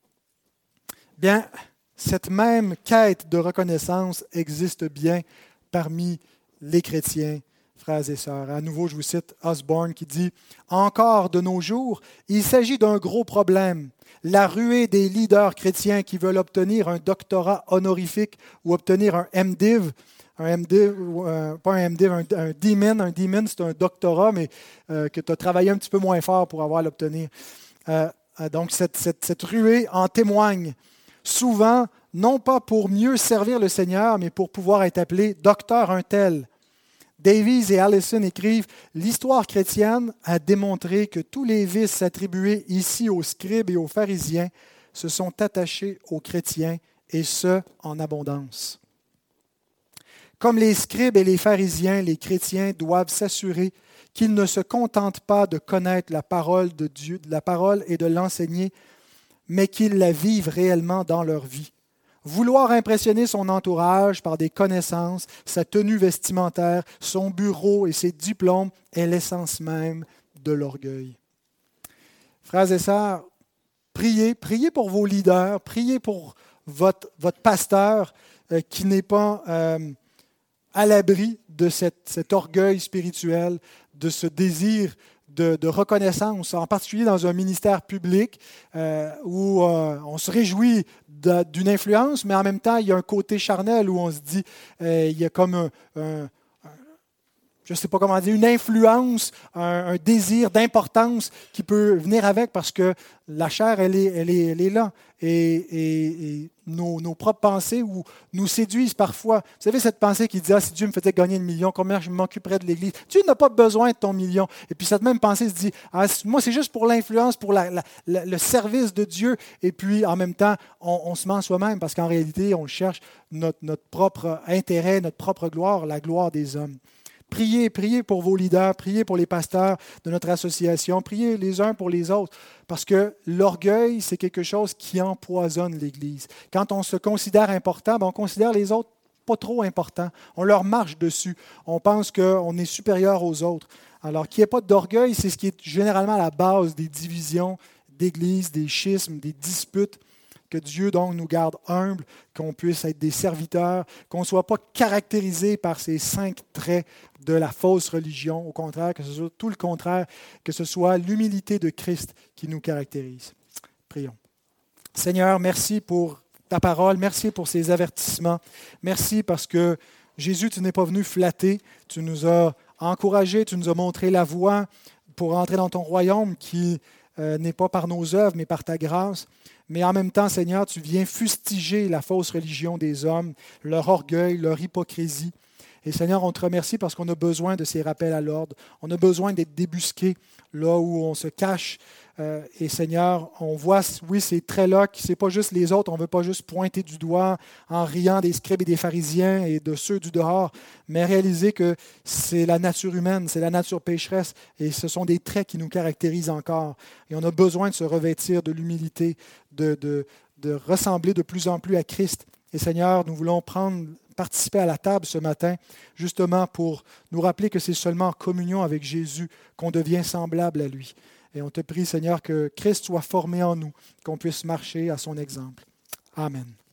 Bien, cette même quête de reconnaissance existe bien parmi les chrétiens, frères et sœurs. À nouveau, je vous cite Osborne qui dit « Encore de nos jours, il s'agit d'un gros problème. La ruée des leaders chrétiens qui veulent obtenir un doctorat honorifique ou obtenir un M Div, un M Div, euh, pas un M Div, un, un D Min. Un D Min, c'est un doctorat, mais euh, que tu as travaillé un petit peu moins fort pour avoir à l'obtenir. Euh, donc, cette, cette, cette ruée en témoigne. Souvent, non pas pour mieux servir le Seigneur, mais pour pouvoir être appelé docteur un tel. Davies et Allison écrivent « L'histoire chrétienne a démontré que tous les vices attribués ici aux scribes et aux pharisiens se sont attachés aux chrétiens, et ce, en abondance. Comme les scribes et les pharisiens, les chrétiens doivent s'assurer qu'ils ne se contentent pas de connaître la parole de Dieu, la parole et de l'enseigner, mais qu'ils la vivent réellement dans leur vie. Vouloir impressionner son entourage par des connaissances, sa tenue vestimentaire, son bureau et ses diplômes est l'essence même de l'orgueil. » Frères et sœurs, priez, priez pour vos leaders, priez pour votre, votre pasteur euh, qui n'est pas euh, à l'abri de cette, cet orgueil spirituel, de ce désir De, de reconnaissance, en particulier dans un ministère public euh, où euh, on se réjouit de, d'une influence, mais en même temps, il y a un côté charnel où on se dit, euh, il y a comme un, un, un je ne sais pas comment dire, une influence, un, un désir d'importance qui peut venir avec parce que la chair, elle est, elle est, elle est là. Et, et, et nos, nos propres pensées ou nous séduisent parfois. Vous savez, cette pensée qui dit « Ah, si Dieu me faisait gagner le million, combien je m'occuperais de l'Église? » Dieu n'a pas besoin de ton million. Et puis cette même pensée se dit ah, « Moi, c'est juste pour l'influence, pour la, la, la, le service de Dieu. » Et puis, en même temps, on, on se ment soi-même parce qu'en réalité, on cherche notre, notre propre intérêt, notre propre gloire, la gloire des hommes. Priez, priez pour vos leaders, priez pour les pasteurs de notre association, priez les uns pour les autres, parce que l'orgueil, c'est quelque chose qui empoisonne l'Église. Quand on se considère important, ben on considère les autres pas trop importants. On leur marche dessus. On pense qu'on est supérieur aux autres. Alors, qu'il n'y ait pas d'orgueil, c'est ce qui est généralement à la base des divisions d'Église, des schismes, des disputes Que Dieu donc nous garde humbles, qu'on puisse être des serviteurs, qu'on ne soit pas caractérisé par ces cinq traits de la fausse religion. Au contraire, que ce soit tout le contraire, que ce soit l'humilité de Christ qui nous caractérise. Prions. Seigneur, merci pour ta parole, merci pour ces avertissements. Merci parce que Jésus, tu n'es pas venu flatter, tu nous as encouragés, tu nous as montré la voie pour entrer dans ton royaume qui euh, n'est pas par nos œuvres, mais par ta grâce. Mais en même temps, Seigneur, tu viens fustiger la fausse religion des hommes, leur orgueil, leur hypocrisie. Et Seigneur, on te remercie parce qu'on a besoin de ces rappels à l'ordre. On a besoin d'être débusqués là où on se cache. Euh, et Seigneur, on voit, oui, ces traits-là, ce n'est pas juste les autres, on ne veut pas juste pointer du doigt en riant des scribes et des pharisiens et de ceux du dehors, mais réaliser que c'est la nature humaine, c'est la nature pécheresse, et ce sont des traits qui nous caractérisent encore. Et on a besoin de se revêtir de l'humilité, de, de, de ressembler de plus en plus à Christ. Et Seigneur, nous voulons prendre, participer à la table ce matin, justement pour nous rappeler que c'est seulement en communion avec Jésus qu'on devient semblable à lui. Et on te prie, Seigneur, que Christ soit formé en nous, qu'on puisse marcher à son exemple. Amen.